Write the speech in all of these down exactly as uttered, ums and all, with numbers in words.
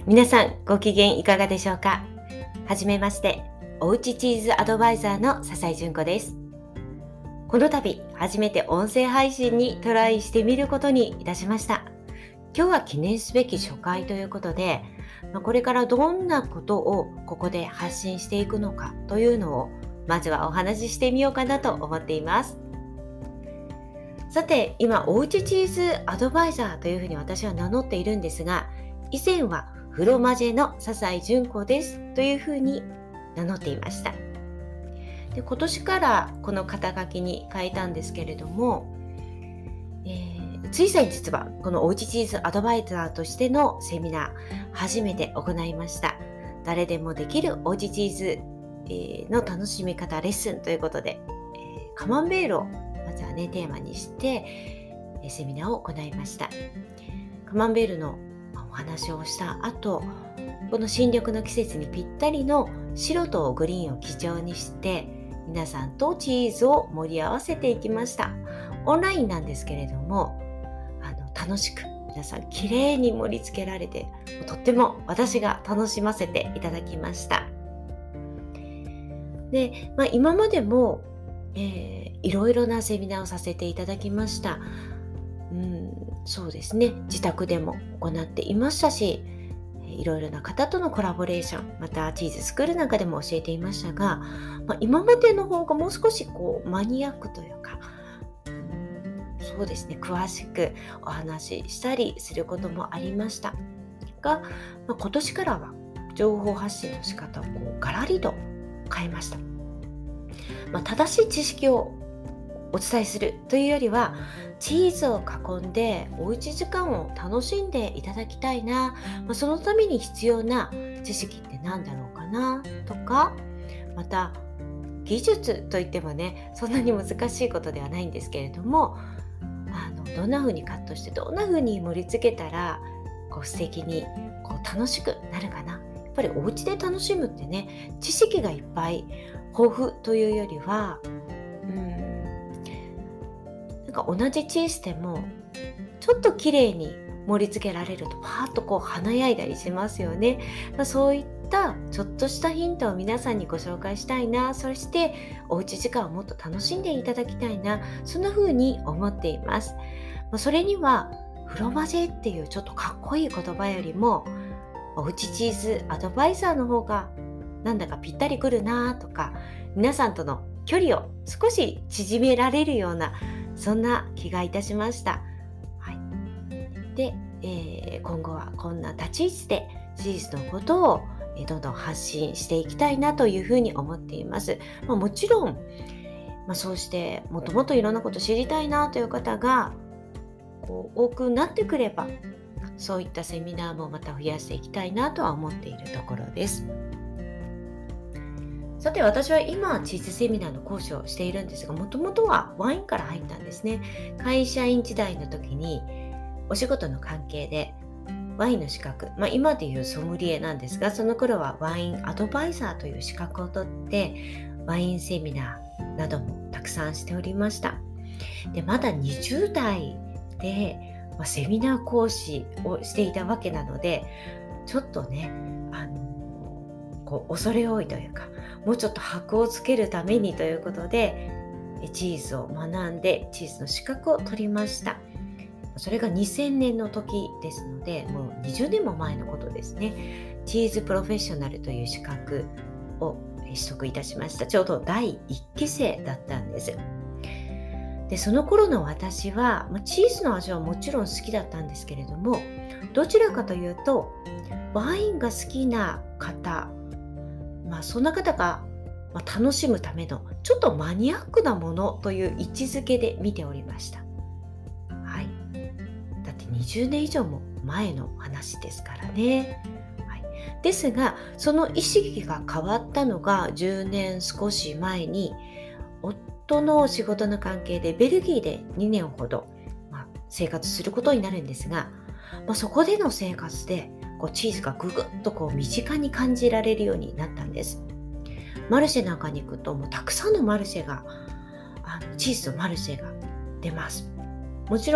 皆さんご機嫌いかがでしょうか。はじめまして、おうちチーズアドバイザーの笹井純子です。この度初めて音声配信にトライしてみることにいたしました。今日は記念すべき初回ということで、これからどんなことをここで発信していくのかというのをまずはお話ししてみようかなと思っています。さて、今おうちチーズアドバイザーというふうに私は名乗っているんですが、以前はフロマジェの笹井純子ですというふうに名乗っていました。で、今年からこの肩書きに変えたんですけれども、えー、つい最日はこのおうちチーズアドバイザーとしてのセミナー初めて行いました。誰でもできるおうちチーズ、えー、の楽しみ方レッスンということで、えー、カマンベールをまずはねテーマにして、えー、セミナーを行いました。カマンベールのお話をした後、この新緑の季節にぴったりの白とグリーンを基調にして皆さんとチーズを盛り合わせていきました。オンラインなんですけれども、あの楽しく皆さんきれいに盛り付けられて、とっても私が楽しませていただきました。で、まあ、今までも、えー、いろいろなセミナーをさせていただきました。うん、そうですね、自宅でも行っていましたし、いろいろな方とのコラボレーション、またチーズスクールなんかでも教えていましたが、まあ、今までの方がもう少しこうマニアックというか、そうですね、詳しくお話ししたりすることもありましたが、まあ、今年からは情報発信の仕方をこうガラリと変えました。まあ、正しい知識をお伝えするというよりは、チーズを囲んでおうち時間を楽しんでいただきたいな、まあ、そのために必要な知識って何だろうかなとか、また技術といってもね、そんなに難しいことではないんですけれども、あのどんな風にカットしてどんな風に盛り付けたらこう素敵にこう楽しくなるかな。やっぱりお家で楽しむってね、知識がいっぱい豊富というよりは、うん同じチーズでもちょっと綺麗に盛り付けられるとパーッとこう華やいだりしますよね。まあ、そういったちょっとしたヒントを皆さんにご紹介したいな、そしておうち時間をもっと楽しんでいただきたいな、そんな風に思っています。まあ、それにはフロマジェっていうちょっとかっこいい言葉よりもおうちチーズアドバイザーの方がなんだかぴったりくるなとか、皆さんとの距離を少し縮められるような、そんな気がいたしました。はい、で、えー、今後はこんな立ち位置でチーズのことをどんどん発信していきたいなというふうに思っています。まあ、もちろん、まあ、そうしてもっともっといろんなこと知りたいなという方がこう多くなってくれば、そういったセミナーもまた増やしていきたいなとは思っているところです。さて、私は今チーズセミナーの講師をしているんですが、もともとはワインから入ったんですね。会社員時代の時にお仕事の関係でワインの資格、まあ、今でいうソムリエなんですが、その頃はワインアドバイザーという資格を取ってワインセミナーなどもたくさんしておりました。で、まだにじゅう代で、まあ、セミナー講師をしていたわけなので、ちょっとね、あのこう恐れ多いというか、もうちょっと箔をつけるためにということでチーズを学んでチーズの資格を取りました。それがにせんねんの時ですので、もうにじゅうねんも前のことですね。チーズプロフェッショナルという資格を取得いたしました。ちょうどだいいっきせいだったんです。で、その頃の私はチーズの味はもちろん好きだったんですけれども、どちらかというとワインが好きな方、まあ、そんな方が楽しむためのちょっとマニアックなものという位置づけで見ておりました。はい、だってにじゅうねん以上も前の話ですからね。はい、ですが、その意識が変わったのがじゅうねん少し前に、夫の仕事の関係でベルギーでにねんほど、まあ、生活することになるんですが、まあ、そこでの生活でこうチーズがぐぐっとこう身近に感じられるようになったんです。マルシェなんかに行くともうたくさんのマルシェがあのチーズのマルシェが出ます。もちろん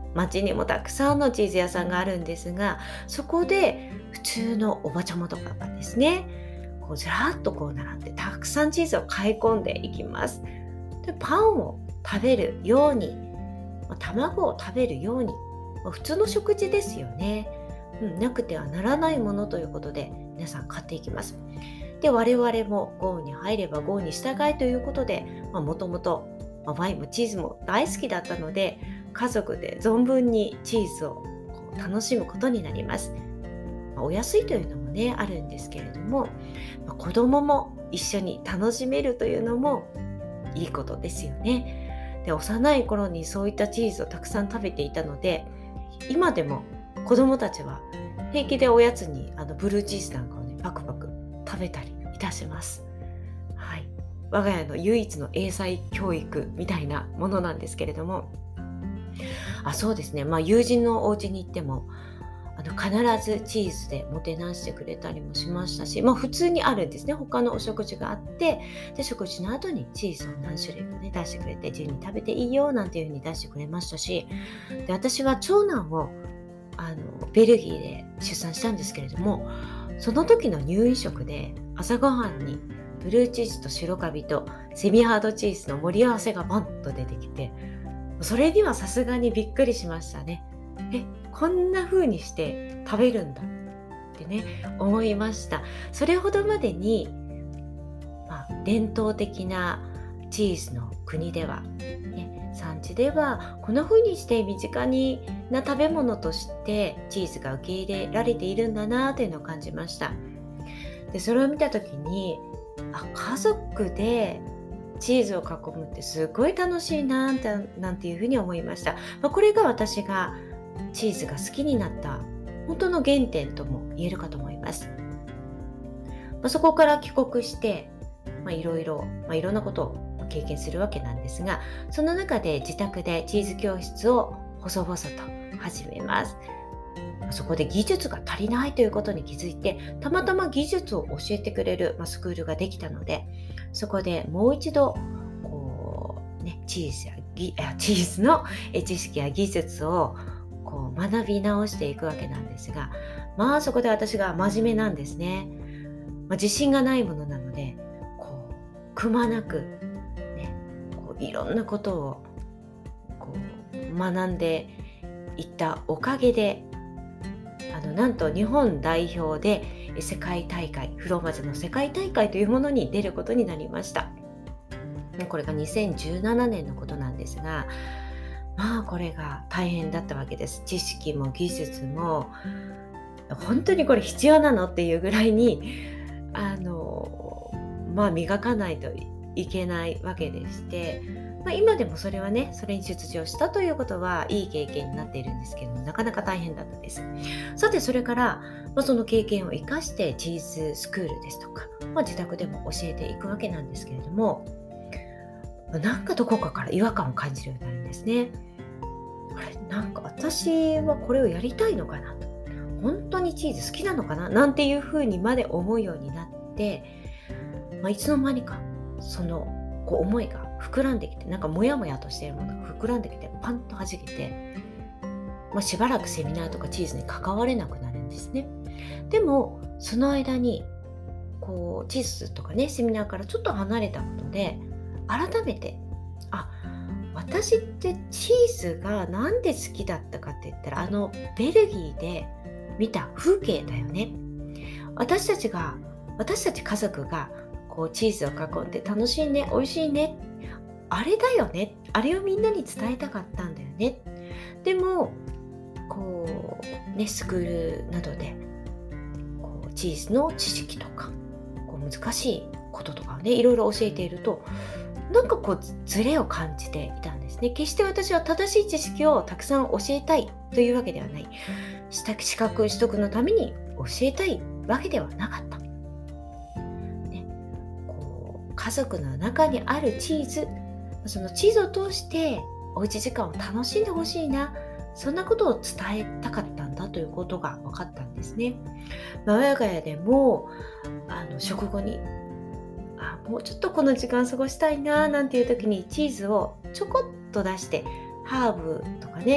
街にもたくさんのチーズ屋さんがあるんですが、そこで普通のおばちゃまとかがですね、こうずらっとこう並んでたくさんチーズを買い込んでいきます。で、パンを食べるように、卵を食べるように、普通の食事ですよね。うん、なくてはならないものということで皆さん買っていきます。で、我々も豪雨に入れば豪雨に従いということで、もともとワインもチーズも大好きだったので、家族で存分にチーズをこう楽しむことになります。まあ、お安いというのもねあるんですけれども、まあ、子供も一緒に楽しめるというのもいいことですよね。で、幼い頃にそういったチーズをたくさん食べていたので、今でも子供たちは平気でおやつにあのブルーチーズなんかをねパクパク食べたりいたします。はい、我が家の唯一の英才教育みたいなものなんですけれども、あ、そうですね、まあ、友人のお家に行ってもあの必ずチーズでもてなしてくれたりもしましたし、まあ、普通にあるんですね。他のお食事があって、で食事の後にチーズを何種類かね出してくれて、自由に食べていいよなんていう風に出してくれましたし、で私は長男をあのベルギーで出産したんですけれども、その時の入院食で朝ごはんにブルーチーズと白カビとセミハードチーズの盛り合わせがバンと出てきて、それにはさすがにびっくりしましたね。え、こんな風にして食べるんだってね思いました。それほどまでに、まあ、伝統的なチーズの国では、ね、産地ではこんな風にして身近にな食べ物としてチーズが受け入れられているんだなというのを感じました。で、それを見た時に、あ、家族でチーズを囲むってすごい楽しいなーってなんていうふうに思いました。まあ、これが私がチーズが好きになった本当の原点とも言えるかと思います。まあ、そこから帰国していろいろいろんなことを経験するわけなんですが、その中で自宅でチーズ教室を細々と始めます。そこで技術が足りないということに気づいて、たまたま技術を教えてくれる、まあ、スクールができたので、そこでもう一度こう、ね、チーズやギチーズの知識や技術をこう学び直していくわけなんですが、まあそこで私が真面目なんですね。まあ、自信がないものなので、こうくまなく、ね、こういろんなことをこう学んでいったおかげで、あのなんと日本代表で世界大会、フローマズの世界大会というものに出ることになりました。これがにせんじゅうななねんのことなんですが、まあこれが大変だったわけです。知識も技術も本当にこれ必要なのっていうぐらいにあの、まあ、磨かないといけないわけでして、まあ、今でもそれはね、それに出場したということはいい経験になっているんですけども、なかなか大変だったです。さて、それから、まあ、その経験を生かしてチーズスクールですとか、まあ、自宅でも教えていくわけなんですけれども、なんかどこかから違和感を感じるようになるんですね。あれ、なんか私はこれをやりたいのかなと、本当にチーズ好きなのかななんていうふうにまで思うようになって、まあ、いつの間にかそのこう思いが膨らんできて、なんかモヤモヤとしているものが膨らんできてパンと弾けて、まあ、しばらくセミナーとかチーズに関われなくなるんですね。でもその間にこうチーズとかね、セミナーからちょっと離れたことで改めて、あ、私ってチーズがなんで好きだったかって言ったら、あのベルギーで見た風景だよね。私たちが私たち家族がこうチーズを囲んで楽しいね、美味しいね、あれだよね、あれをみんなに伝えたかったんだよね。でもこうね、スクールなどでこうチーズの知識とかこう難しいこととかをね、いろいろ教えていると、なんかこうズレを感じていたんですね。決して私は正しい知識をたくさん教えたいというわけではない。資格取得のために教えたいわけではなかった。ね、こう家族の中にあるチーズ、そのチーズを通しておうち時間を楽しんでほしいな、そんなことを伝えたかったんだということが分かったんですね。まあ、我が家でもあの食後にあもうちょっとこの時間過ごしたいななんていう時にチーズをちょこっと出して、ハーブとかね、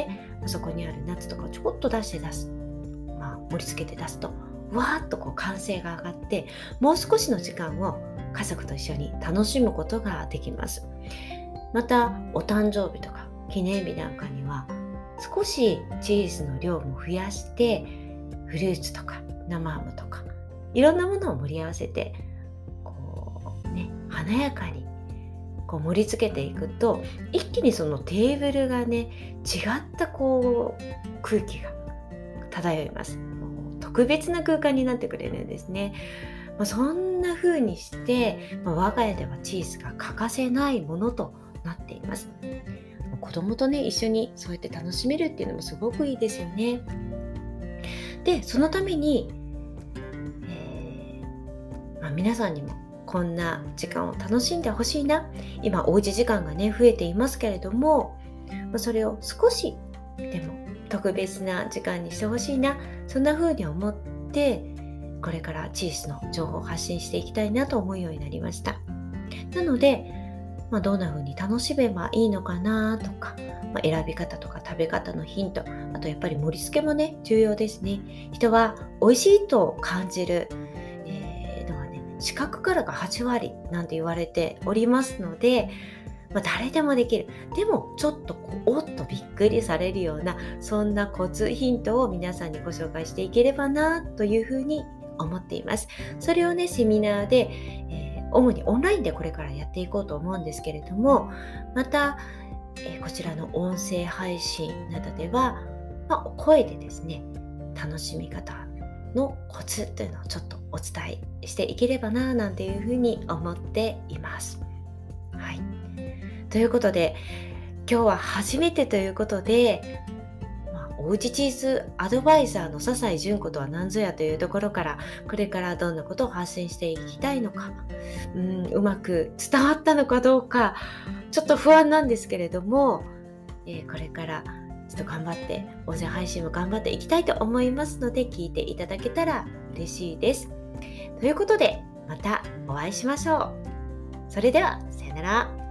そこにあるナッツとかをちょこっと出して出す、まあ、盛り付けて出すとわーっとこう歓声が上がって、もう少しの時間を家族と一緒に楽しむことができます。またお誕生日とか記念日なんかには少しチーズの量も増やして、フルーツとか生ハムとかいろんなものを盛り合わせてこう、ね、華やかにこう盛り付けていくと、一気にそのテーブルがね、違ったこう空気が漂います。もう特別な空間になってくれるんですね。まあ、そんな風にして、まあ、我が家ではチーズが欠かせないものとなっています。子供とね、一緒にそうやって楽しめるっていうのもすごくいいですよね。で、そのために、えーまあ、皆さんにもこんな時間を楽しんでほしいな。今おうち時間がね増えていますけれども、まあ、それを少しでも特別な時間にしてほしいな、そんな風に思ってこれからチーズの情報を発信していきたいなと思うようになりました。なので、まあ、どんな風に楽しめばいいのかなとか、まあ、選び方とか食べ方のヒント、あとやっぱり盛り付けもね重要ですね。人は美味しいと感じる、えー、のはね、視覚からがはちわりなんて言われておりますので、まあ、誰でもできる。でもちょっとこうおっとびっくりされるような、そんなコツヒントを皆さんにご紹介していければなというふうに思っています。それをね、セミナーで、えー主にオンラインでこれからやっていこうと思うんですけれども、また、えーこちらの音声配信などでは、まあ、声でですね、楽しみ方のコツというのをちょっとお伝えしていければななんていうふうに思っています。はい。ということで、今日は初めてということで、まあ、おうちチーズアドバイザーの笹井純子とは何ぞやというところから、これからどんなことを発信していきたいのか、うん、うまく伝わったのかどうか、ちょっと不安なんですけれども、えーこれからちょっと頑張って音声配信も頑張っていきたいと思いますので、聞いていただけたら嬉しいです。ということで、またお会いしましょう。それでは、さよなら。